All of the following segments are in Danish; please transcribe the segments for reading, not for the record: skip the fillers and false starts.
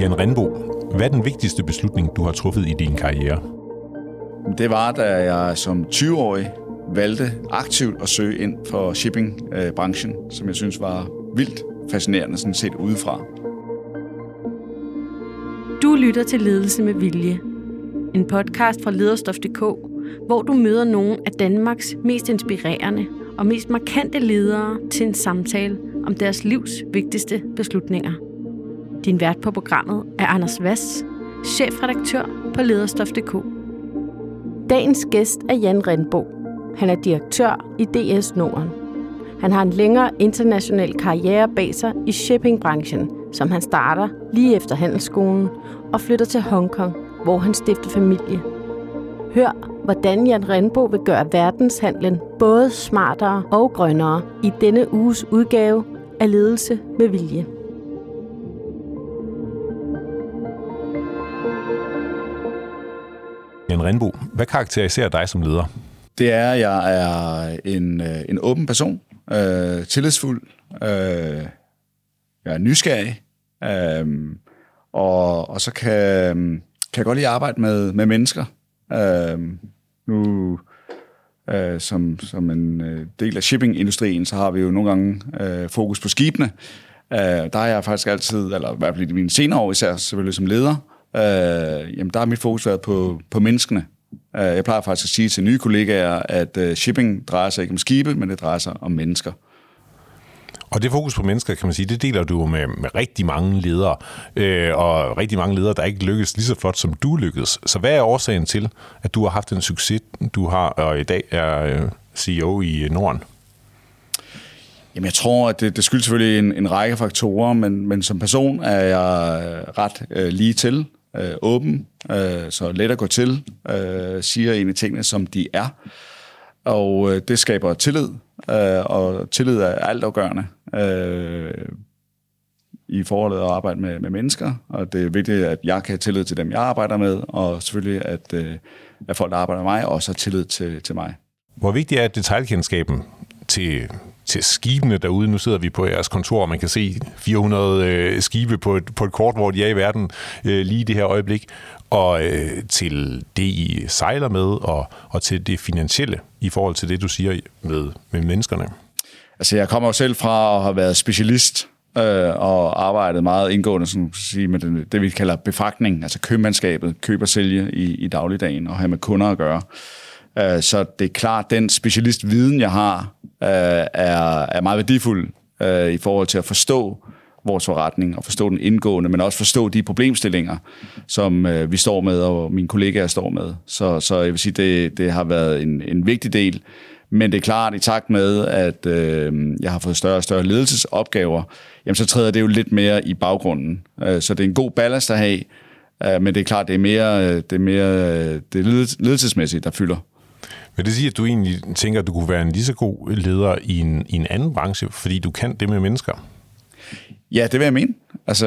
Jan Rindbo, hvad er den vigtigste beslutning, du har truffet i din karriere? Det var, da jeg som 20-årig valgte aktivt at søge ind for shippingbranchen, som jeg synes var vildt fascinerende, sådan set udefra. Du lytter til Ledelse med Vilje. En podcast fra Lederstof.dk, hvor du møder nogle af Danmarks mest inspirerende og mest markante ledere til en samtale om deres livs vigtigste beslutninger. Din vært på programmet er Anders Vass, chefredaktør på Lederstof.dk. Dagens gæst er Jan Rindbo. Han er direktør i DS Norden. Han har en længere international karriere bag sig i shippingbranchen, som han starter lige efter handelsskolen og flytter til Hongkong, hvor han stifter familie. Hør, hvordan Jan Rindbo vil gøre verdenshandlen både smartere og grønnere i denne uges udgave af Ledelse med Vilje. Jan Rindbo, hvad karakteriserer dig som leder? Det er, at jeg er en åben person, tillidsfuld, jeg er nysgerrig, og så kan jeg godt lide at arbejde med mennesker. Nu som en del af shippingindustrien, så har vi jo nogle gange fokus på skibene. Der har jeg faktisk altid, eller i hvert fald i mine senere år især selvfølgelig som leder, jamen der har mit fokus været på menneskene. Jeg plejer faktisk at sige til nye kollegaer, at shipping drejer sig ikke om skibe, men det drejer sig om mennesker. Og det fokus på mennesker, kan man sige, det deler du med rigtig mange ledere, og rigtig mange ledere, der ikke lykkes lige så flot, som du lykkedes. Så hvad er årsagen til, at du har haft en succes, du har, og i dag er CEO i Norden? Jamen, jeg tror, at det skyldes selvfølgelig en række faktorer, men som person er jeg ret lige til, åben, så let at gå til, siger egentlig tingene, som de er. Og det skaber tillid, og tillid er altafgørende i forholdet at arbejde med mennesker. Og det er vigtigt, at jeg kan have tillid til dem, jeg arbejder med, og selvfølgelig, at folk, der arbejder med mig, også har tillid til mig. Hvor vigtigt er detailkendskaben til skibene derude? Nu sidder vi på jeres kontor, og man kan se 400 skibe på et kort, hvor de er i verden lige i det her øjeblik. Og til det, I sejler med, og til det finansielle i forhold til det, du siger med menneskerne. Altså, jeg kommer jo selv fra at have været specialist og arbejdet meget indgående med det, vi kalder befragtning, altså købmandskabet, køb og sælge i dagligdagen og have med kunder at gøre. Så det er klart, den specialistviden, jeg har, er meget værdifuld i forhold til at forstå vores forretning og forstå den indgående, men også forstå de problemstillinger, som vi står med, og mine kollegaer står med. Så jeg vil sige, det har været en vigtig del. Men det er klart, i takt med, at jeg har fået større og større ledelsesopgaver, jamen så træder det jo lidt mere i baggrunden. Så det er en god ballast at have, men det er klart, det er mere det ledelsesmæssige, der fylder. Vil det sige, at du egentlig tænker, at du kunne være en lige så god leder i en anden branche, fordi du kan det med mennesker? Ja, det vil jeg mene. Altså,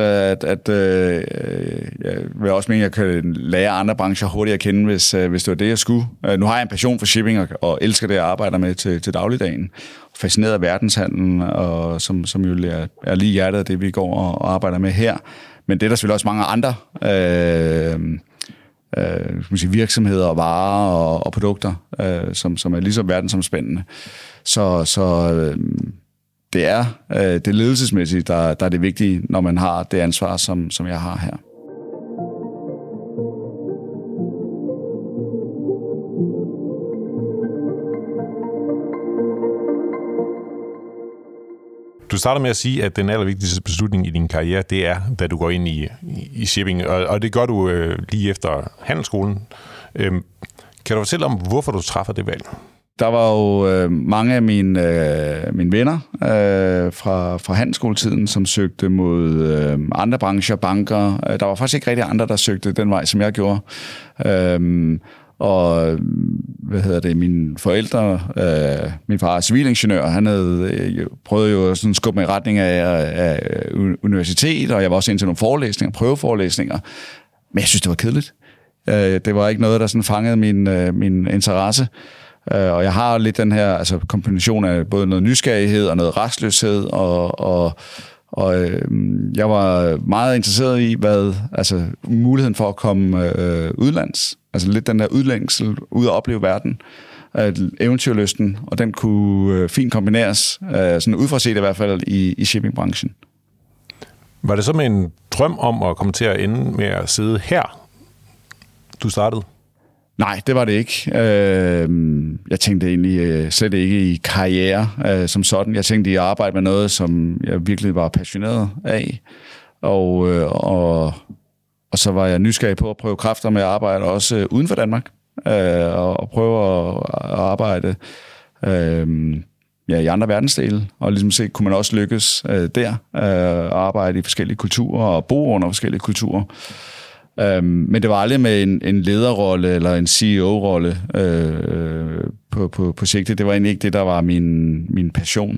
jeg vil også mene, at jeg kan lære andre brancher hurtigt at kende, hvis det var det, jeg skulle. Nu har jeg en passion for shipping, og elsker det, jeg arbejder med til dagligdagen. Fascineret af verdenshandlen, og som jo er lige hjertet af det, vi går og arbejder med her. Men det er der selvfølgelig også mange andre virksomheder og varer og produkter, som er lige så verdensomspændende. Så det er det ledelsesmæssige, der er det vigtige, når man har det ansvar, som jeg har her. Du starter med at sige, at den allervigtigste beslutning i din karriere, det er, da du går ind i shipping, og det gør du lige efter handelsskolen. Kan du fortælle om, hvorfor du træffer det valg? Der var jo mange af mine venner fra handelsskoletiden, som søgte mod andre brancher, banker. Der var faktisk ikke rigtig andre, der søgte den vej, som jeg gjorde. Og mine forældre, min far er civilingeniør, han havde prøvet jo sådan at skubbe mig i retning af universitet, og jeg var også ind til nogle forelæsninger, prøveforelæsninger. Men jeg synes, det var kedeligt. Det var ikke noget, der sådan fangede min interesse. Og jeg har lidt den her kombination af både noget nysgerrighed og noget restløshed jeg var meget interesseret i, muligheden for at komme udlands. Altså lidt den der udlængsel ud og opleve verden. Eventyrlysten, og den kunne fint kombineres, sådan udefra set i hvert fald, i shippingbranchen. Var det så med en drøm om at komme til at ende med at sidde her, du startede? Nej, det var det ikke. Jeg tænkte egentlig slet ikke i karriere som sådan. Jeg tænkte i at arbejde med noget, som jeg virkelig var passioneret af. Og så var jeg nysgerrig på at prøve kræfter med at arbejde også uden for Danmark. Og prøve at arbejde i andre verdensdele. Og ligesom se, kunne man også lykkes der. Og arbejde i forskellige kulturer og bo under forskellige kulturer. Men det var aldrig med en lederrolle eller en CEO-rolle på sigte. Det var egentlig ikke det, der var min passion.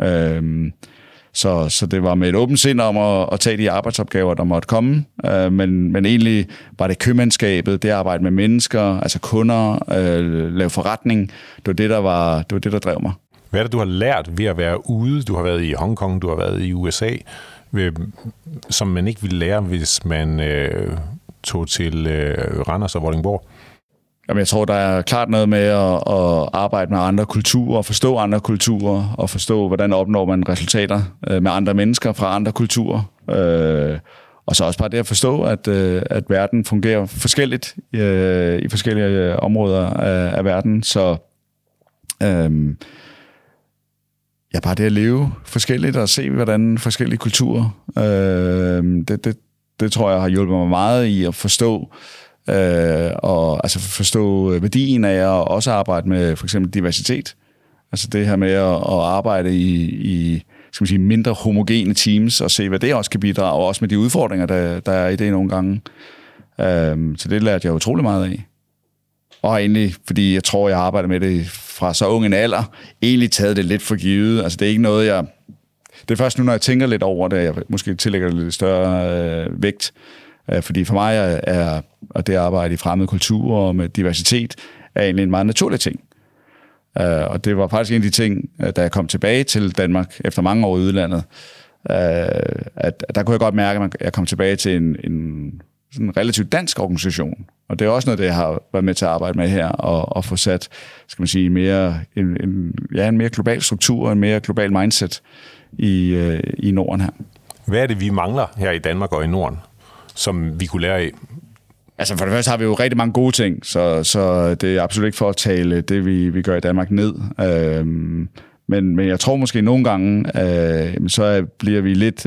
Så det var med et åbent sind om at tage de arbejdsopgaver, der måtte komme. Men egentlig var det købmandskabet, det arbejde med mennesker, altså kunder, lave forretning. Det var det, der drev mig. Hvad er det, du har lært ved at være ude? Du har været i Hongkong, du har været i USA, som man ikke ville lære, hvis man tog til Randers og Vordingborg? Jamen, jeg tror, der er klart noget med at arbejde med andre kulturer, forstå andre kulturer, og forstå, hvordan opnår man resultater med andre mennesker fra andre kulturer. Og så også bare det at forstå, at verden fungerer forskelligt i forskellige områder af verden. Så bare det at leve forskelligt og se, hvordan forskellige kulturer, det tror jeg har hjulpet mig meget i at forstå, og altså forstå værdien af at også arbejde med for eksempel diversitet. Altså det her med at arbejde i skal man sige, mindre homogene teams og se, hvad det også kan bidrage, og også med de udfordringer, der er i det nogle gange. Så det lærte jeg utrolig meget af. Og egentlig, fordi jeg tror, jeg har arbejdet med det fra så ung en alder, egentlig taget det lidt for givet. Altså det er ikke noget, det er først nu, når jeg tænker lidt over det, jeg måske tillægger det lidt større vægt. Fordi for mig er det arbejde i fremmede kulturer og med diversitet er egentlig en meget naturlig ting. Og det var faktisk en af de ting, da jeg kom tilbage til Danmark efter mange år i udlandet, at der kunne jeg godt mærke, at jeg kom tilbage til en sådan relativt dansk organisation. Og det er også noget, det jeg har været med til at arbejde med her, og få sat, skal man sige, en mere global struktur, en mere global mindset i Norden her. Hvad er det, vi mangler her i Danmark og i Norden, som vi kunne lære af? Altså for det første har vi jo rigtig mange gode ting, så det er absolut ikke for at tale det, vi gør i Danmark ned. Men jeg tror måske nogle gange, så bliver vi lidt,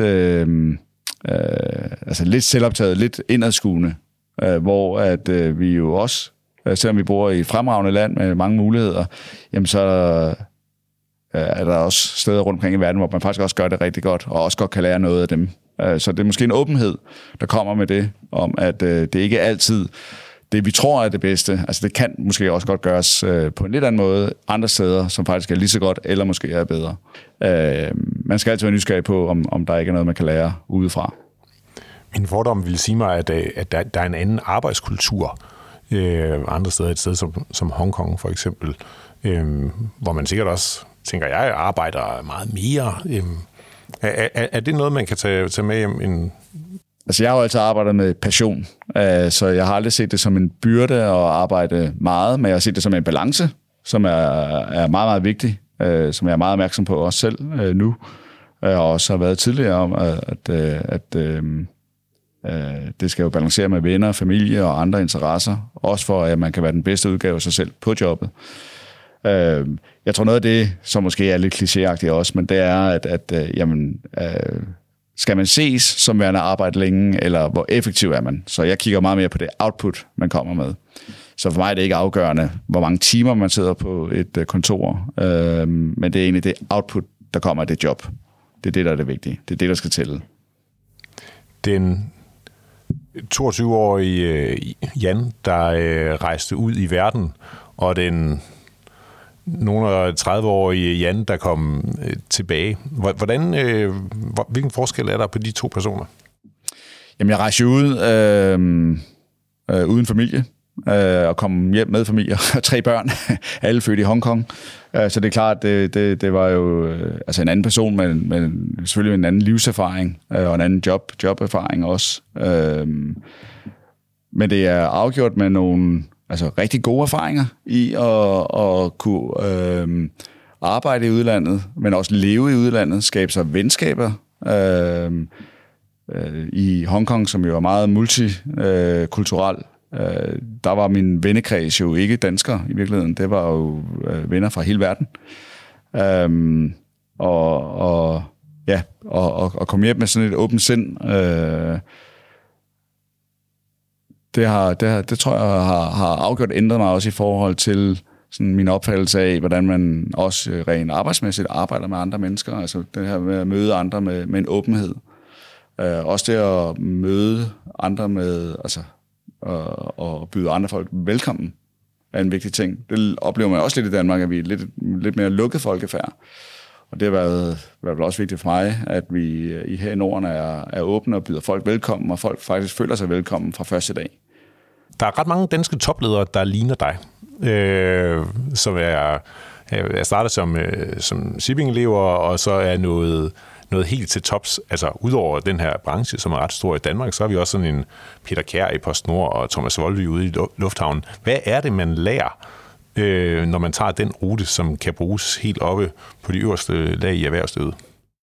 lidt selvoptaget, lidt indadskuende, hvor at vi jo også, selvom vi bor i et fremragende land med mange muligheder, jamen så er der også steder rundt omkring i verden, hvor man faktisk også gør det rigtig godt, og også godt kan lære noget af dem. Så det er måske en åbenhed, der kommer med det, om at det ikke er altid det, vi tror er det bedste. Altså det kan måske også godt gøres på en lidt anden måde, andre steder, som faktisk er lige så godt, eller måske er bedre. Man skal altid være nysgerrig på, om der ikke er noget, man kan lære udefra. Min fordom vil sige mig, at der er en anden arbejdskultur andre steder, et sted som Hongkong for eksempel, hvor man sikkert også, tænker jeg, arbejder meget mere. Er det noget, man kan tage med hjem? Altså, jeg har jo altid arbejdet med passion, så jeg har aldrig set det som en byrde at arbejde meget, men jeg har set det som en balance, som er meget, meget vigtig, som jeg er meget opmærksom på også selv nu, og også har været tidligere om, at det skal jo balancere med venner, familie og andre interesser, også for, at man kan være den bedste udgave af sig selv på jobbet. Jeg tror noget af det, som måske er lidt klichéagtigt også, men det er, skal man ses som værende arbejde længe, eller hvor effektiv er man? Så jeg kigger meget mere på det output, man kommer med. Så for mig er det ikke afgørende, hvor mange timer man sidder på et kontor, men det er egentlig det output, der kommer af det job. Det er det, der er det vigtige. Det er det, der skal tælle. Den 22-årige Jan, der rejste ud i verden, og den nogle 30-årige Jan, der kom tilbage. Hvilken forskel er der på de to personer? Jamen, jeg rejste ud uden familie, og kom hjem med familie og 3 børn, alle født i Hongkong. Så det er klart, det var jo altså en anden person, men selvfølgelig en anden livserfaring og en anden joberfaring også. Men det er afgjort med nogle rigtig gode erfaringer i at kunne arbejde i udlandet, men også leve i udlandet, skabe sig venskaber i Hongkong, som jo er meget multikulturel. Der var min vennekreds jo ikke danskere i virkeligheden. Det var jo venner fra hele verden. Og komme hjem med sådan et åbent sind, det tror jeg har afgjort ændret mig også i forhold til sådan min opfattelse af, hvordan man også rent arbejdsmæssigt arbejder med andre mennesker. Altså det her med at møde andre med en åbenhed. Også det at møde andre med, og byde andre folk velkommen, er en vigtig ting. Det oplever man også lidt i Danmark, at vi er lidt mere lukket folkefærd. Og det har været også vigtigt for mig, at vi her i Norden er åbne og byder folk velkommen, og folk faktisk føler sig velkommen fra første dag. Der er ret mange danske topledere, der ligner dig. Som er startet som shipping-elever, og så er noget helt til tops. Altså, udover den her branche, som er ret stor i Danmark, så har vi også sådan en Peter Kjær i PostNord og Thomas Volby ude i lufthavnen. Hvad er det, man lærer, når man tager den rute, som kan bruges helt oppe på de øverste lag i erhvervslivet?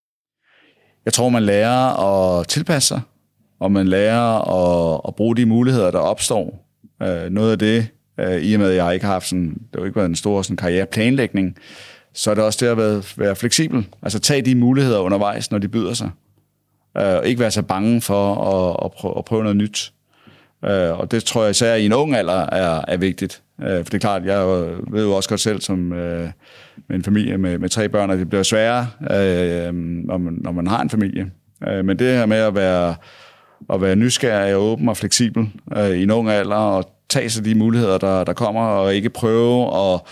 Jeg tror, man lærer at tilpasse sig, og man lærer at bruge de muligheder, der opstår. Noget af det, i og med, at jeg ikke har haft det har jo ikke været en stor karriereplanlægning, så er det også det at være fleksibel. Altså tage de muligheder undervejs, når de byder sig. Og ikke være så bange for at prøve noget nyt. Og det tror jeg især i en ung alder er vigtigt. For det er klart, jeg ved jo også godt selv, som med en familie med 3 børn, at det bliver sværere, når man har en familie. Men det her med at være nysgerrig og åben og fleksibel i en ung alder, og tage sig de muligheder, der kommer, og ikke prøve at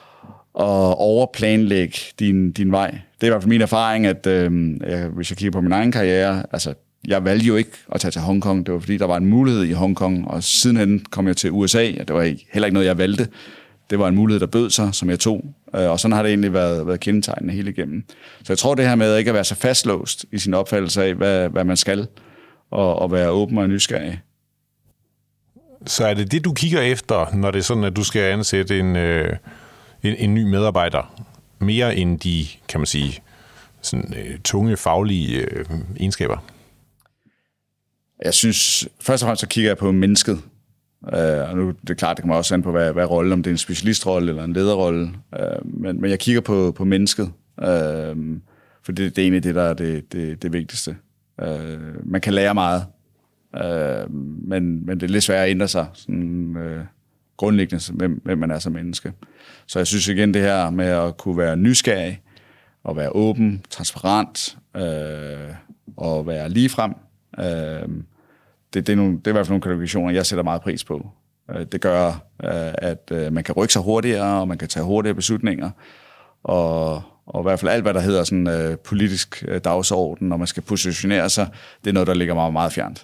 overplanlægge din vej. Det er i hvert fald min erfaring, at hvis jeg kigger på min egen karriere, jeg valgte jo ikke at tage til Hongkong. Det var fordi, der var en mulighed i Hongkong, og sidenhen kom jeg til USA, og det var heller ikke noget, jeg valgte. Det var en mulighed, der bød sig, som jeg tog. Og sådan har det egentlig været kendetegnende hele igennem. Så jeg tror, det her med ikke at være så fastlåst i sin opfattelse af, hvad man skal, og være åben og nysgerrig. Så er det, du kigger efter, når det er sådan, at du skal ansætte en ny medarbejder, mere end de, kan man sige, sådan, tunge faglige egenskaber? Jeg synes, først og fremmest så kigger jeg på mennesket. Og nu det er klart, det kommer også an på, hvad rolle, om det er en specialistrolle eller en lederrolle. Men jeg kigger på mennesket, for det er egentlig det, der er det vigtigste. Man kan lære meget, men det er lidt svært at ændre sig sådan, grundlæggende, hvem man er som menneske. Så jeg synes igen, det her med at kunne være nysgerrig, og være åben, transparent, og være ligefrem, det er i hvert fald nogle kvalifikationer, jeg sætter meget pris på. Det gør, at man kan rykke sig hurtigere, og man kan tage hurtigere beslutninger, og i hvert fald alt, hvad der hedder sådan politisk dagsorden, når man skal positionere sig, det er noget, der ligger meget, meget fjernt.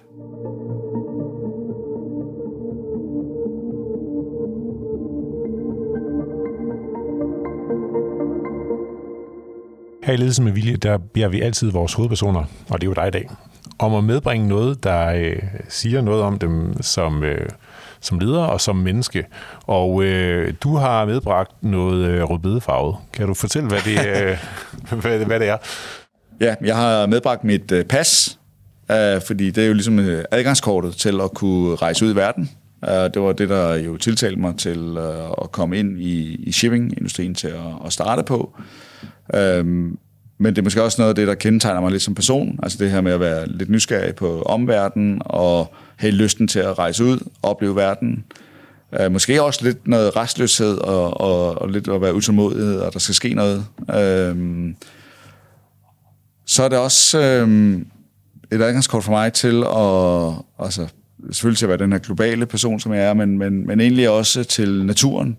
Her i Ledelse med Vilje, der beder vi altid vores hovedpersoner, og det er jo dig i dag, om at medbringe noget, der siger noget om dem som leder og som menneske. Og du har medbragt noget rødbedefarvet. Kan du fortælle, hvad det er? Ja, jeg har medbragt mit pas, fordi det er jo ligesom adgangskortet til at kunne rejse ud i verden. Det var det, der jo tiltalte mig til at komme ind i shippingindustrien til at starte på. Men det er måske også noget af det, der kendetegner mig lidt som person. Altså det her med at være lidt nysgerrig på omverdenen og have lysten til at rejse ud, opleve verden. Måske også lidt noget restløshed og lidt at være utålmodighed, og der skal ske noget. Så er det også et adgangskort for mig til at selvfølgelig til at være den her globale person, som jeg er, men egentlig også til naturen.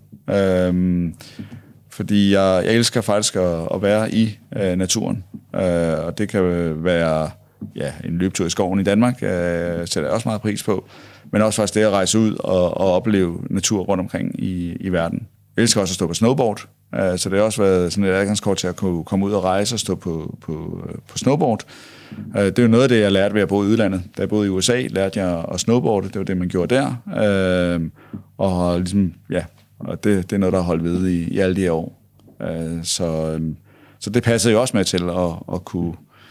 Fordi jeg elsker faktisk at være i naturen. Og det kan være en løbetur i skoven i Danmark, sætter jeg også meget pris på. men også faktisk det at rejse ud og opleve natur rundt omkring i verden. Jeg elsker også at stå på snowboard, så det har også været sådan et adgangskort til at kunne komme ud og rejse og stå på snowboard. Det er jo noget af det, jeg lærte ved at bo i udlandet. Da jeg boede i USA, lærte jeg at snowboarde. Det var det, man gjorde der. Og ligesom, ja, og det er noget, der har holdt ved i alle de her år. Så det passede jo også med til at kunne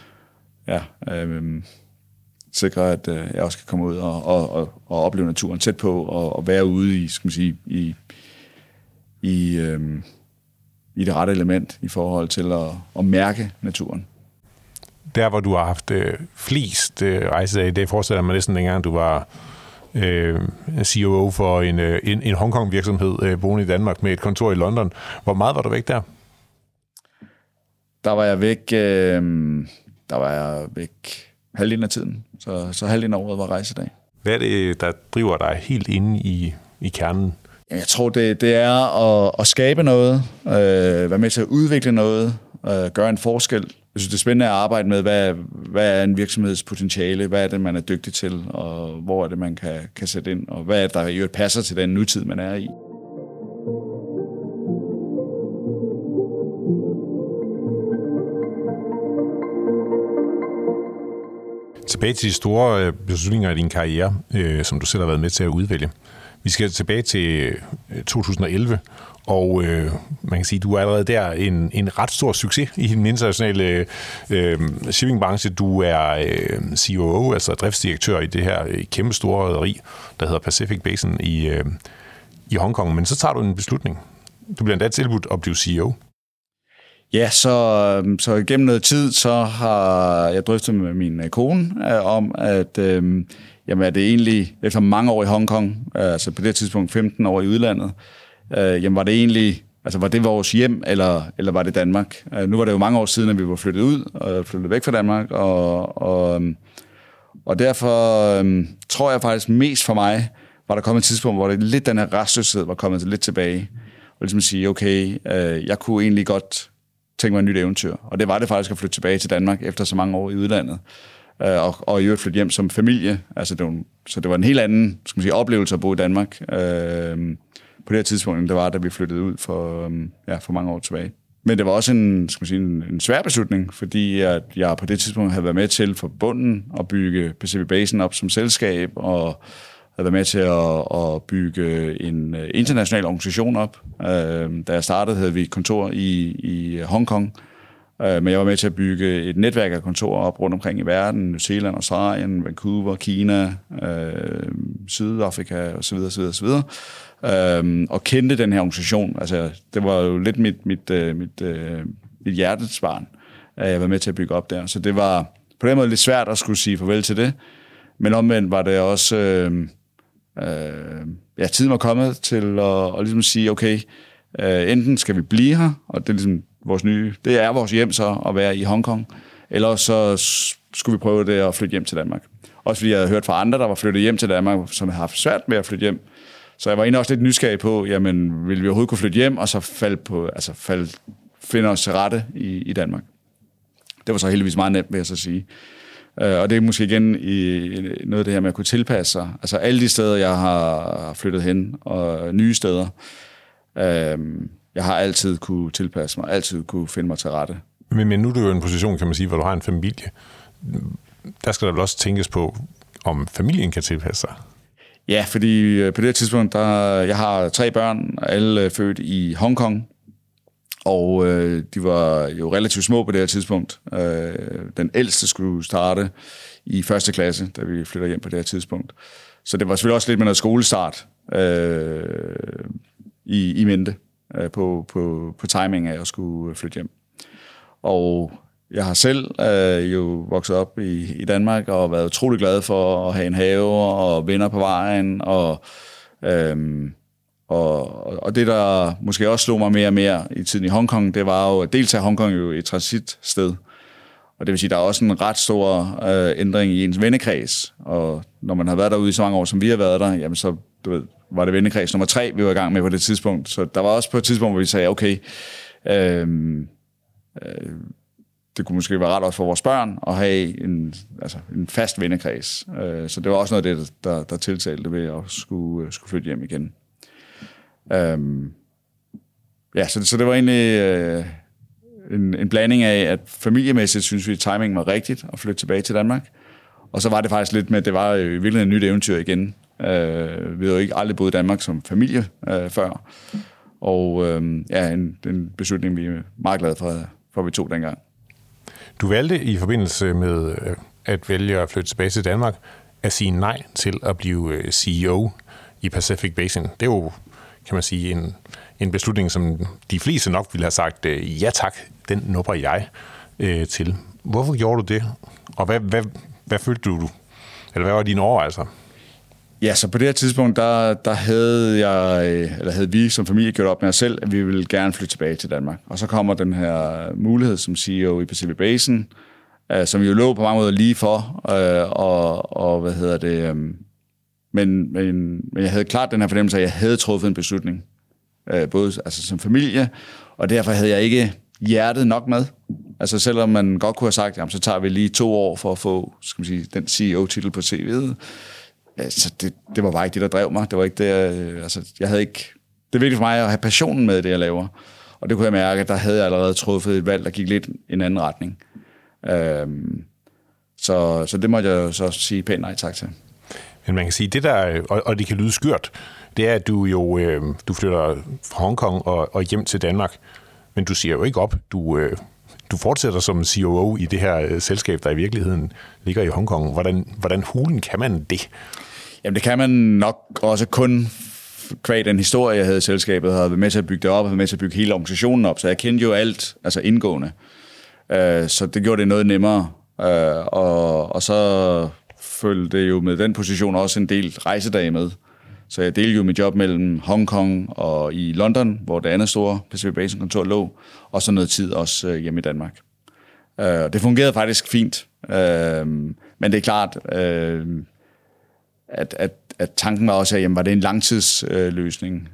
sikre, at jeg også kan komme ud og opleve naturen tæt på og være ude i, skal man sige, i det rette element i forhold til at mærke naturen. Der, hvor du har haft flest rejsedage, det forestiller mig næsten dengang, du var COO for en Hongkong-virksomhed boende i Danmark med et kontor i London. Hvor meget var du væk der? Der var jeg væk halvdelen af tiden. Så halvdelen af året var rejsedag. Hvad er det, der driver dig helt inde i kernen? Jeg tror, det er at skabe noget, være med til at udvikle noget, gøre en forskel. Jeg synes, det er spændende at arbejde med, hvad er en virksomheds potentiale, hvad er det, man er dygtig til, og hvor er det, man kan sætte ind, og hvad er det, der i øvrigt passer til den nutid, man er i. Tilbage til de store beslutninger i din karriere, som du selv har været med til at udvælge. Vi skal tilbage til 2011, og man kan sige, at du er allerede der en ret stor succes i den internationale shippingbranche. Du er COO, altså driftsdirektør i det her kæmpe store rederi, der hedder Pacific Basin i Hongkong. Men så tager du en beslutning. Du bliver endda tilbudt at blive CEO. Ja, så gennem noget tid, så har jeg drøftet med min kone om, at jamen er det egentlig, efter mange år i Hongkong, altså på det tidspunkt 15 år i udlandet, jamen var det egentlig, altså var det vores hjem, eller var det Danmark? Nu var det jo mange år siden, at vi var flyttet ud og flyttet væk fra Danmark, og derfor tror jeg faktisk mest for mig, var der kommet et tidspunkt, hvor det lidt den her restløshed var kommet lidt tilbage, og ligesom sige, okay, jeg kunne egentlig godt tænke mig et nyt eventyr, og det var det faktisk at flytte tilbage til Danmark efter så mange år i udlandet. Og i øvrigt flytte hjem som familie. Altså så det var en helt anden, skal man sige, oplevelse at bo i Danmark på det her tidspunkt, end det var, da vi flyttede ud for mange år tilbage. Men det var også en svær beslutning, fordi at jeg på det tidspunkt havde været med til fra bunden at bygge Pacific Basin op som selskab, og havde været med til at bygge en international organisation op. Da jeg startede, havde vi et kontor i Hongkong, men jeg var med til at bygge et netværk af kontorer op rundt omkring i verden, New Zealand, Australien, Vancouver, Kina, Sydafrika osv. Og kendte den her organisation. Altså, det var jo lidt mit hjertesbarn, at jeg var med til at bygge op der. Så det var på den måde lidt svært at skulle sige farvel til det. Men omvendt var det også, tiden var kommet til at ligesom sige, okay, enten skal vi blive her, og det er ligesom det er vores hjem så at være i Hongkong, eller så skulle vi prøve det at flytte hjem til Danmark. Også fordi jeg havde hørt fra andre, der var flyttet hjem til Danmark, som havde haft svært med at flytte hjem. Så jeg var egentlig også lidt nysgerrig på, jamen, ville vi overhovedet kunne flytte hjem, og så finde os til rette i Danmark. Det var så heldigvis meget nemt, vil jeg så sige. Og det er måske igen noget af det her med at kunne tilpasse sig. Altså alle de steder, jeg har flyttet hen, og nye steder, jeg har altid kunne tilpasse mig, altid kunne finde mig til rette. Men nu er du jo i en position, kan man sige, hvor du har en familie. Der skal der vel også tænkes på, om familien kan tilpasse sig. Ja, fordi på det her tidspunkt, jeg har 3 børn, alle født i Hongkong, og de var jo relativt små på det her tidspunkt. Den ældste skulle starte i 1. klasse, da vi flytter hjem på det her tidspunkt. Så det var selvfølgelig også lidt med noget skolestart i mente på timing af at skulle flytte hjem. Og jeg har selv jo vokset op i Danmark og været utrolig glad for at have en have og venner på vejen. Og det, der måske også slog mig mere og mere i tiden i Hongkong, det var jo, at dels er Hongkong jo et transitsted. Og det vil sige, der er også en ret stor ændring i ens vennekreds. Og når man har været derude i så mange år, som vi har været der, jamen så var det vennekreds nummer 3, vi var i gang med på det tidspunkt. Så der var også på et tidspunkt, hvor vi sagde, okay, det kunne måske være ret også for vores børn at have en fast vennekreds. Så det var også noget af det, der tiltalte ved at skulle flytte hjem igen. Så det var egentlig en blanding af, at familiemæssigt synes vi, at timingen var rigtigt at flytte tilbage til Danmark. Og så var det faktisk lidt med, at det var i virkeligheden et nyt eventyr igen. Vi havde jo ikke aldrig boet i Danmark som familie før. Og en beslutning, vi er meget glade for vi tog dengang. Du valgte i forbindelse med at vælge at flytte tilbage til Danmark, at sige nej til at blive CEO i Pacific Basin. Det er jo, kan man sige, en beslutning, som de fleste nok ville have sagt, ja tak, den nupper jeg til. Hvorfor gjorde du det? Og hvad følte du, eller hvad var dine overvejelser? Ja, så på det her tidspunkt, der havde vi som familie gjort op med os selv, at vi ville gerne flytte tilbage til Danmark. Og så kommer den her mulighed som CEO i Pacific Basin, som jo lå på mange måder lige for, men jeg havde klart den her fornemmelse af, at jeg havde truffet en beslutning, både altså som familie, og derfor havde jeg ikke hjertet nok med. Altså selvom man godt kunne have sagt, jamen, så tager vi lige 2 år for at få, skal man sige, den CEO-titel på CV'et. Så det var bare ikke det, der drev mig. Det var ikke det, jeg havde ikke... Det er vigtigt for mig at have passionen med det, jeg laver. Og det kunne jeg mærke, at der havde jeg allerede truffet et valg, der gik lidt i en anden retning. Så det måtte jeg så sige pænt nej tak til. Men man kan sige, det der, og det kan lyde skørt, det er, at du flytter fra Hongkong og hjem til Danmark, men du siger jo ikke op. Du fortsætter som COO i det her selskab, der i virkeligheden ligger i Hongkong. Hvordan hulen kan man det? Jamen det kan man nok også kun kvad den historie, jeg havde i selskabet, havde været med til at bygge det op, havde med til at bygge hele organisationen op, så jeg kendte jo alt, altså indgående. Så det gjorde det noget nemmere. Og så følte det jo med den position også en del rejsedage med. Så jeg delte jo mit job mellem Hongkong og i London, hvor det andet store Pacific Basin-kontor lå, og så noget tid også hjemme i Danmark. Det fungerede faktisk fint, men det er klart, at tanken var også, at var det en langtidsløsning.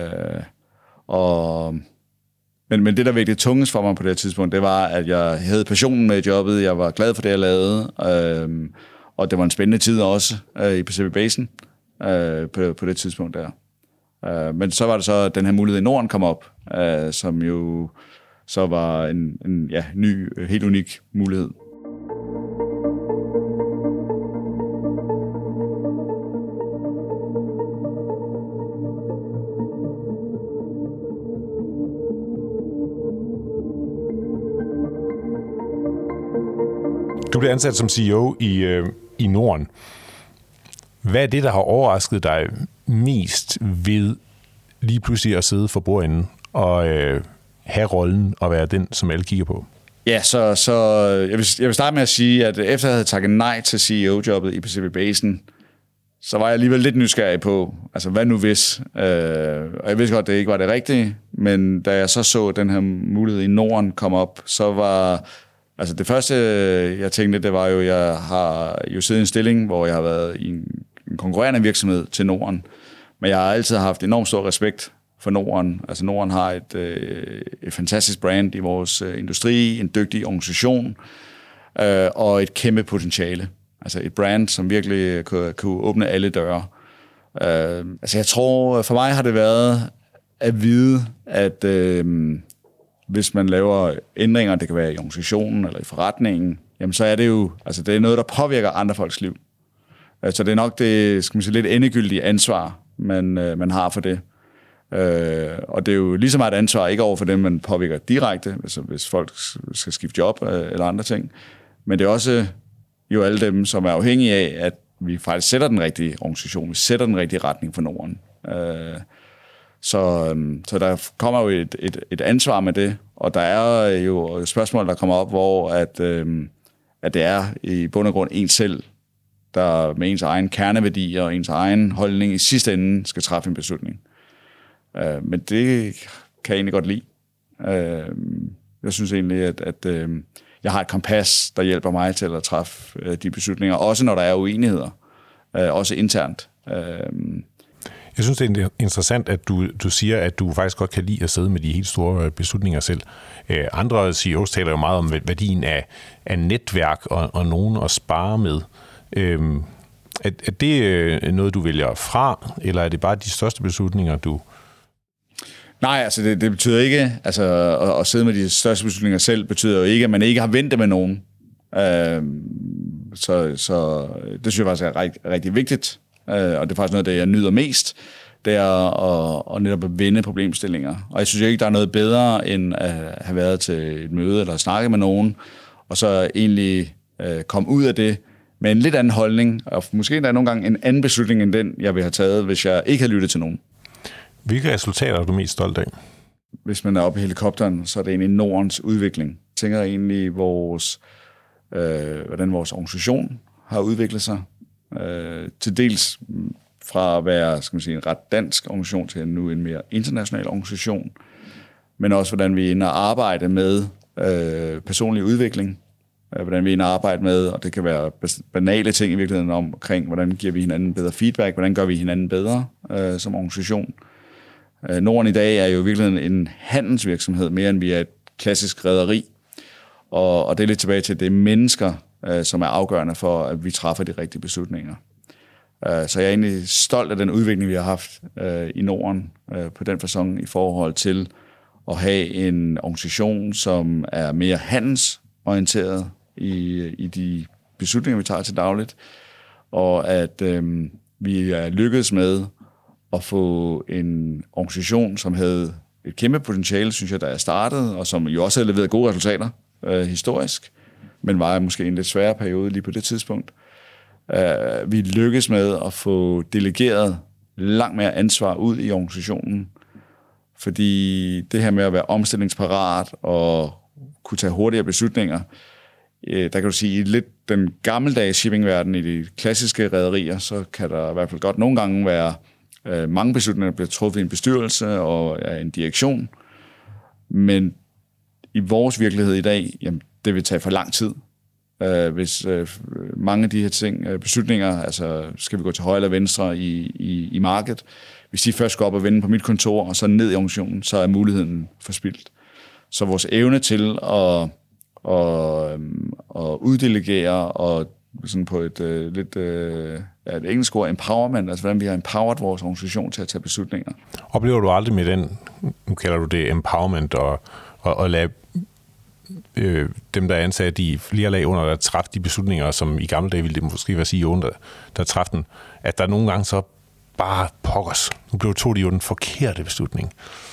Men det, der virkelig tungest for mig på det her tidspunkt, det var, at jeg havde passionen med jobbet, jeg var glad for det, jeg lavede, og det var en spændende tid også i Pacific Basin. På det tidspunkt der. Men så var det så, at den her mulighed i Norden kom op, som jo så var en ny, helt unik mulighed. Du blev ansat som CEO i Norden. Hvad er det, der har overrasket dig mest ved lige pludselig at sidde for bordenden og have rollen og være den, som alle kigger på? Ja, så jeg vil starte med at sige, at efter jeg havde takket nej til CEO-jobbet i Pacific Basin, så var jeg alligevel lidt nysgerrig på, altså hvad nu hvis? Og jeg vidste godt, at det ikke var det rigtige, men da jeg så den her mulighed i Norden komme op, så var... Altså det første, jeg tænkte, det var jo, jeg har jo siddet i en stilling, hvor jeg har været i en konkurrerende virksomhed til Norden, men jeg har altid haft enormt stor respekt for Norden. Altså Norden har et fantastisk brand i vores industri, en dygtig organisation og et kæmpe potentiale. Altså et brand, som virkelig kunne åbne alle døre. Altså jeg tror, for mig har det været at vide, at hvis man laver ændringer, det kan være i organisationen eller i forretningen, jamen så er det jo, altså det er noget, der påvirker andre folks liv. Så det er nok det, skal man sige, lidt endegyldige ansvar, man har for det. Og det er jo lige så meget et ansvar, ikke over for dem, man påvirker direkte, altså hvis folk skal skifte job eller andre ting, men det er også jo alle dem, som er afhængige af, at vi faktisk sætter den rigtige organisation, vi sætter den rigtige retning for Norden. Så der kommer jo et ansvar med det, og der er jo spørgsmål, der kommer op, hvor at det er i bund og grund en selv, der med ens egen kerneværdier og ens egen holdning i sidste ende skal træffe en beslutning. Men det kan jeg egentlig godt lide. Jeg synes egentlig, at jeg har et kompas, der hjælper mig til at træffe de beslutninger, også når der er uenigheder, også internt. Jeg synes, det er interessant, at du siger, at du faktisk godt kan lide at sidde med de helt store beslutninger selv. Andre CEOs taler jo meget om værdien af netværk og nogen at spare med. Er det noget, du vælger fra, eller er det bare de største beslutninger, du... Nej, altså det betyder ikke, altså at sidde med de største beslutninger selv, betyder jo ikke, at man ikke har ventet med nogen. Så det synes jeg faktisk er rigtig vigtigt, og det er faktisk noget, det jeg nyder mest, det er at netop vende problemstillinger. Og jeg synes ikke, der er noget bedre, end at have været til et møde eller snakke med nogen, og så egentlig komme ud af det med en lidt anden holdning, og måske der er nogle gange en anden beslutning, end den, jeg ville have taget, hvis jeg ikke havde lyttet til nogen. Hvilke resultater er du mest stolt af? Hvis man er oppe i helikopteren, så er det egentlig Nordens udvikling. Jeg tænker egentlig, hvordan vores organisation har udviklet sig. Til dels fra at være en ret dansk organisation til nu en mere international organisation, men også hvordan vi er inde og arbejde med personlig udvikling, hvordan vi er inde og arbejde med, og det kan være banale ting i virkeligheden omkring, hvordan giver vi hinanden bedre feedback, hvordan gør vi hinanden bedre som organisation. Norden i dag er jo i virkeligheden en handelsvirksomhed, mere end vi er et klassisk rederi, og det er lidt tilbage til, det er mennesker, som er afgørende for, at vi træffer de rigtige beslutninger. Så jeg er egentlig stolt af den udvikling, vi har haft i Norden på den facon i forhold til at have en organisation, som er mere handelsorienteret i de beslutninger, vi tager til dagligt, og at vi er lykkedes med at få en organisation, som havde et kæmpe potentiale, synes jeg, der er startet, og som jo også havde leveret gode resultater historisk, men var måske en lidt sværere periode lige på det tidspunkt. Vi lykkedes med at få delegeret langt mere ansvar ud i organisationen, fordi det her med at være omstillingsparat og kunne tage hurtigere beslutninger, der kan du sige, i lidt den gammeldags shippingverden, i de klassiske rederier, så kan der i hvert fald godt nogle gange være mange beslutninger, der bliver truffet i en bestyrelse og en direktion, men i vores virkelighed i dag, jamen, det vil tage for lang tid. Hvis mange af de her ting, beslutninger, altså skal vi gå til højre eller venstre i markedet, hvis de først går op og vende på mit kontor, og så ned i organisationen, så er muligheden forspildt. Så vores evne til at uddelegere og sådan på et et engelsk ord, empowerment, altså hvordan vi har empowered vores organisation til at tage beslutninger. Oplever du aldrig med den, nu kalder du det empowerment, og lade dem, der er ansat i flere lag under at træffe de beslutninger, som i gamle dage ville det måske være CEO'en, der træffe den, at der nogle gange så bare pokkers. Nu tog de jo den forkerte beslutning.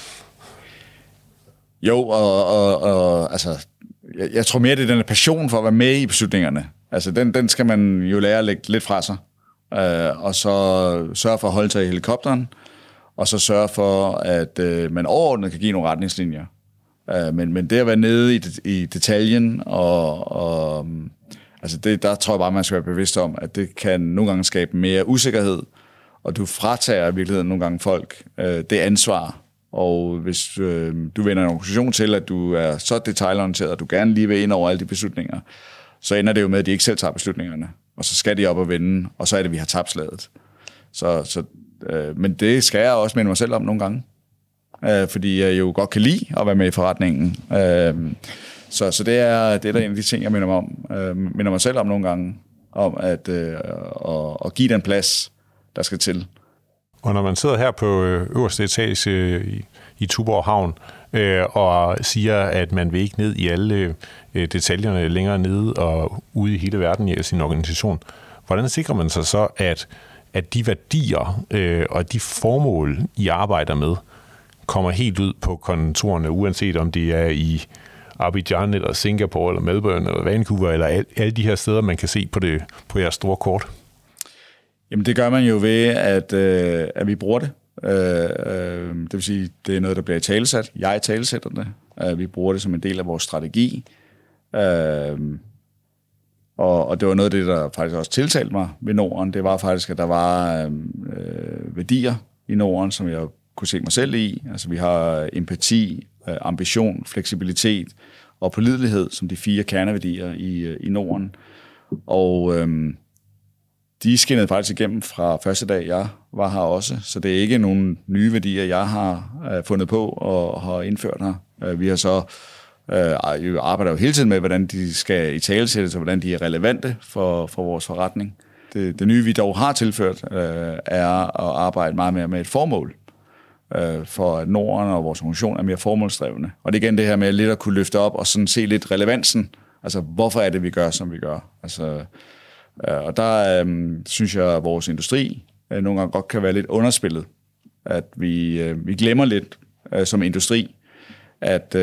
Jo, og altså, jeg tror mere, det er den passion for at være med i beslutningerne. Altså, den skal man jo lære at lægge lidt fra sig. Og så sørge for at holde sig i helikopteren, og så sørge for, at man overordnet kan give nogle retningslinjer. Men det at være nede i detaljen, og altså der tror jeg bare, man skal være bevidst om, at det kan nogle gange skabe mere usikkerhed, og du fratager i virkeligheden nogle gange folk det ansvar. Og hvis du vender en organisation til, at du er så detailorienteret, og du gerne lige vil ind over alle de beslutninger, så ender det jo med, at de ikke selv tager beslutningerne, og så skal de op og vende, og så er det, vi har tabt slaget. Men det skal jeg også minde mig selv om nogle gange. Fordi jeg jo godt kan lide at være med i forretningen. Så det er der en af de ting, jeg minder mig selv om nogle gange, om at give den plads, der skal til. Og når man sidder her på øverste etage i Tuborg Havn, og siger, at man vil ikke ned i alle detaljerne længere nede og ude i hele verden i sin organisation, hvordan sikrer man sig så, at de værdier og de formål, I arbejder med, kommer helt ud på kontorerne, uanset om det er i Abidjan, eller Singapore, eller Melbourne, eller Vancouver, eller alle de her steder, man kan se på jeres store kort? Jamen det gør man jo ved, at vi bruger det. Det vil sige, det er noget, der bliver talesat. Jeg talesætter det. Vi bruger det som en del af vores strategi. Og det var noget af det, der faktisk også tiltalte mig ved Norden. Det var faktisk, at der var værdier i Norden, som jeg kunne se mig selv i. Altså vi har empati, ambition, fleksibilitet og pålidelighed som de 4 kerneværdier i Norden. Og de skinnede faktisk igennem fra første dag, jeg var her også. Så det er ikke nogen nye værdier, jeg har fundet på og har indført her. Vi har så arbejder jo hele tiden med, hvordan de skal italesættes, og hvordan de er relevante for vores forretning. Det nye, vi dog har tilført, er at arbejde meget mere med et formål, for at Norden og vores organisation er mere formålsdrevne. Og det er igen det her med lidt at kunne løfte op og sådan se lidt relevansen. Altså, hvorfor er det, vi gør, som vi gør? Altså, og der synes jeg, at vores industri nogle gange godt kan være lidt underspillet. At vi glemmer lidt som industri, at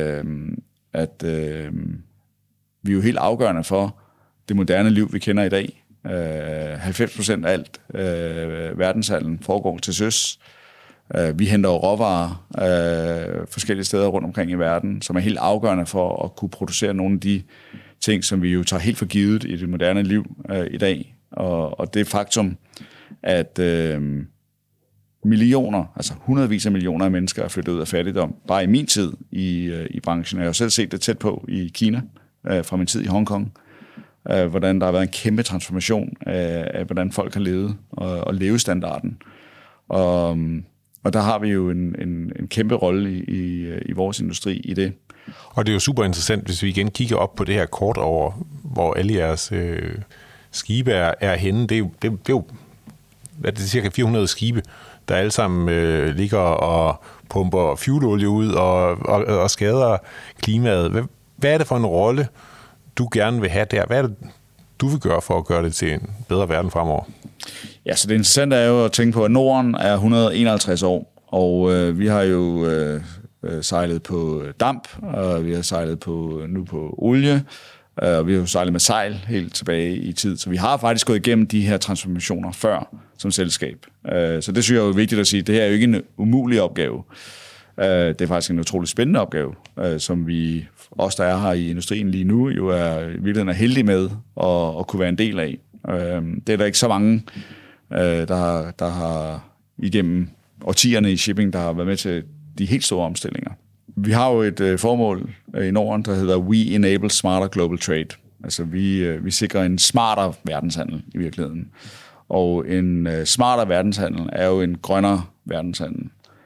vi er jo helt afgørende for det moderne liv, vi kender i dag. 90% af alt verdenshandlen foregår til søs. Vi henter råvarer forskellige steder rundt omkring i verden, som er helt afgørende for at kunne producere nogle af de ting, som vi jo tager helt for givet i det moderne liv i dag. Og det faktum, at millioner, altså hundredvis af millioner af mennesker er flyttet ud af fattigdom, bare i min tid i branchen. Jeg har jo selv set det tæt på i Kina, fra min tid i Hongkong, hvordan der har været en kæmpe transformation af hvordan folk har levet, og levestandarden. Og der har vi jo en kæmpe rolle i vores industri i det. Og det er jo super interessant, hvis vi igen kigger op på det her kort over, hvor alle jeres skibe er henne. Det er jo det er cirka 400 skibe, der alle sammen ligger og pumper fuelolie ud og skader klimaet. Hvad er det for en rolle, du gerne vil have der? Hvad er det, du vil gøre for at gøre det til en bedre verden fremover? Ja, så det interessante er jo at tænke på, at Norden er 151 år, og vi har jo sejlet på damp, og vi har sejlet nu på olie, og vi har jo sejlet med sejl helt tilbage i tid. Så vi har faktisk gået igennem de her transformationer før som selskab. Så det synes jeg er jo vigtigt at sige. Det her er jo ikke en umulig opgave. Det er faktisk en utrolig spændende opgave, som vi, os der er her i industrien lige nu, jo er virkelig heldige med at kunne være en del af. Det er der ikke så mange, der har igennem årtierne i shipping, der har været med til de helt store omstillinger. Vi har jo et formål i Norden, der hedder We Enable Smarter Global Trade. Altså vi sikrer en smartere verdenshandel i virkeligheden. Og en smartere verdenshandel er jo en grønnere verdenshandel.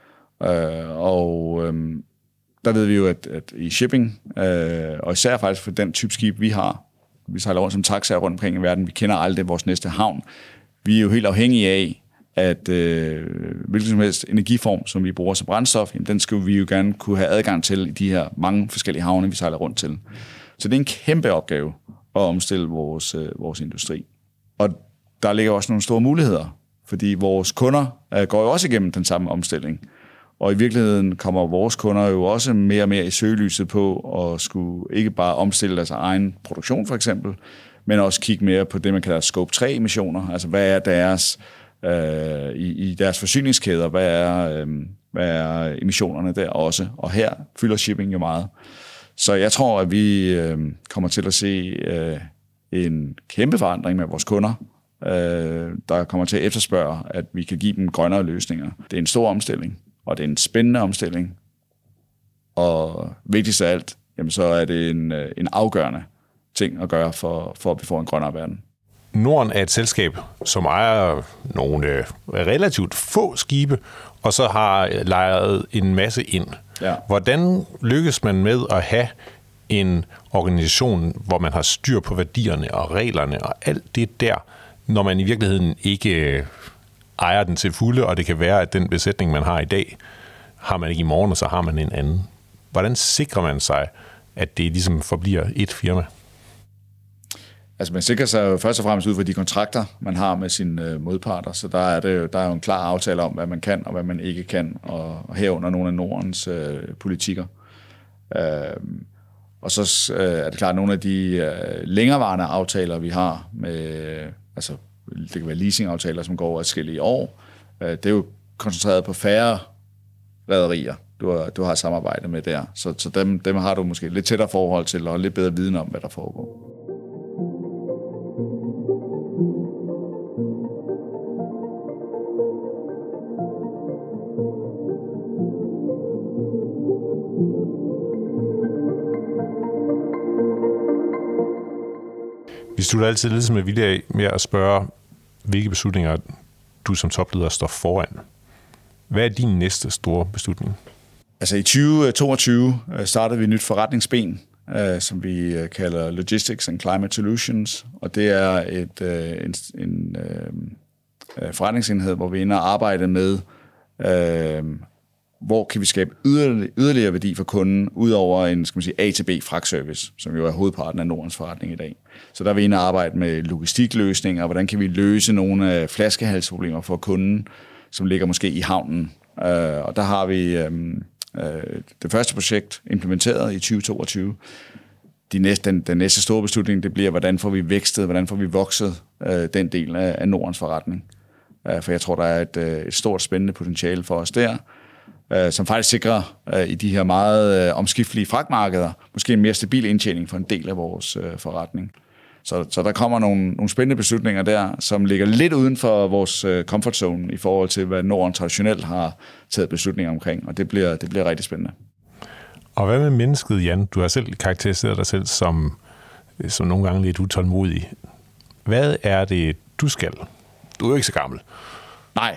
Der ved vi jo, at i shipping, og især faktisk for den type skib, vi sejler rundt som taxaer rundt omkring i verden, vi kender aldrig vores næste havn. Vi er jo helt afhængige af, at hvilken som helst energiform, som vi bruger som brændstof, jamen, den skal vi jo gerne kunne have adgang til i de her mange forskellige havne, vi sejler rundt til. Så det er en kæmpe opgave at omstille vores industri. Og der ligger også nogle store muligheder, fordi vores kunder går jo også igennem den samme omstilling. Og i virkeligheden kommer vores kunder jo også mere og mere i søgelyset på at skulle ikke bare omstille deres egen produktion for eksempel, men også kigge mere på det, man kalder Scope 3-emissioner. Altså hvad er deres i deres forsyningskæder, hvad er emissionerne der også. Og her fylder shipping jo meget. Så jeg tror, at vi kommer til at se en kæmpe forandring med vores kunder, der kommer til at efterspørge, at vi kan give dem grønnere løsninger. Det er en stor omstilling, og det er en spændende omstilling. Og vigtigst af alt, jamen, så er det en afgørende ting at gøre, for at vi får en grønnere verden. Norden er et selskab, som ejer nogle relativt få skibe, og så har lejet en masse ind. Ja. Hvordan lykkes man med at have en organisation, hvor man har styr på værdierne og reglerne og alt det der, når man i virkeligheden ikke ejer den til fulde, og det kan være, at den besætning, man har i dag, har man ikke i morgen, og så har man en anden. Hvordan sikrer man sig, at det ligesom forbliver et firma? Altså man sikrer sig jo først og fremmest ud fra de kontrakter, man har med sine modparter, så der er jo en klar aftale om, hvad man kan og hvad man ikke kan, og herunder nogle af Nordens politikker. Og så er det klart, at nogle af de længerevarende aftaler, vi har med, altså det kan være leasingaftaler, som går over forskellige år, det er jo koncentreret på færre rederier, du har samarbejde med der. Så dem har du måske lidt tættere forhold til, og lidt bedre viden om, hvad der foregår. Vi slutter altid lidt med vilje af med at spørge, hvilke beslutninger du som topleder står foran. Hvad er din næste store beslutning? Altså i 2022 startede vi et nyt forretningsben, som vi kalder Logistics and Climate Solutions, og det er en forretningsenhed, hvor vi er inde og arbejde med, hvor kan vi skabe yderligere værdi for kunden, ud over en A til B fragtservice, som jo er hovedparten af Nordens forretning i dag. Så der er vi inde og arbejde med logistikløsninger, hvordan kan vi løse nogle af flaskehalsproblemer for kunden, som ligger måske i havnen. Og der har vi det første projekt implementeret i 2022. Den næste store beslutning, det bliver, hvordan får vi vækstet, hvordan får vi vokset den del af Nordens forretning. For jeg tror, der er et stort spændende potentiale for os der, som faktisk sikrer i de her meget omskiftelige fragtmarkeder måske en mere stabil indtjening for en del af vores forretning. Så der kommer nogle spændende beslutninger der, som ligger lidt uden for vores comfort zone i forhold til, hvad Norden traditionelt har taget beslutninger omkring, og det bliver rigtig spændende. Og hvad med mennesket, Jan? Du har selv karakteriseret dig selv som nogle gange lidt utålmodig. Hvad er det, du skal? Du er jo ikke så gammel. Nej,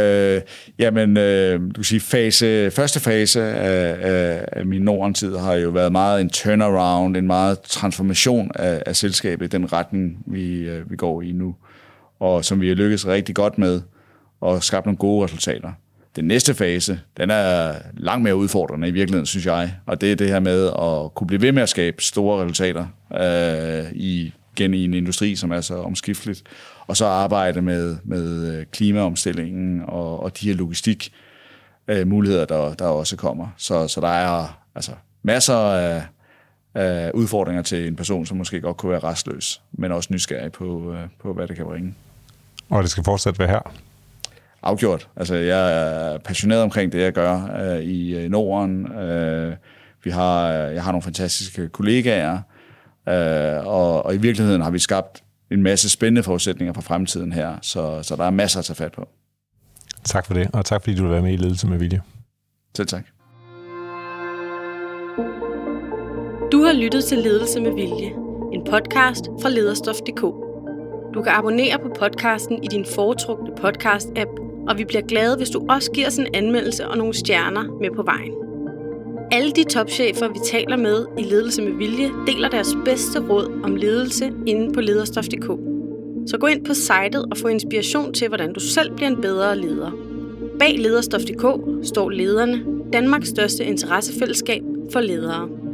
du kan sige, første fase af min Norden-tid har jo været meget en turnaround, en meget transformation af selskabet i den retning, vi går i nu, og som vi har lykkes rigtig godt med, og skabt nogle gode resultater. Den næste fase, den er langt mere udfordrende i virkeligheden, synes jeg, og det er det her med at kunne blive ved med at skabe store resultater i en industri, som er så omskifteligt, og så arbejde med klimaomstillingen og de her logistik muligheder, der også kommer. Så der er altså masser af udfordringer til en person, som måske godt kunne være restløs, men også nysgerrig på hvad det kan bringe. Og det skal fortsat være her? Afgjort. Altså, jeg er passioneret omkring det, jeg gør i Norden. Jeg har nogle fantastiske kollegaer, og i virkeligheden har vi skabt en masse spændende forudsætninger for fremtiden her, så der er masser at tage fat på. Tak for det, og tak fordi du vil være med i Ledelse med Vilje. Selv tak. Du har lyttet til Ledelse med Vilje, en podcast fra Lederstof.dk. Du kan abonnere på podcasten i din foretrukne podcast-app, og vi bliver glade, hvis du også giver os en anmeldelse og nogle stjerner med på vejen. Alle de topchefer, vi taler med i Ledelse med Vilje, deler deres bedste råd om ledelse inde på Lederstof.dk. Så gå ind på sitet og få inspiration til, hvordan du selv bliver en bedre leder. Bag Lederstof.dk står Lederne, Danmarks største interessefællesskab for ledere.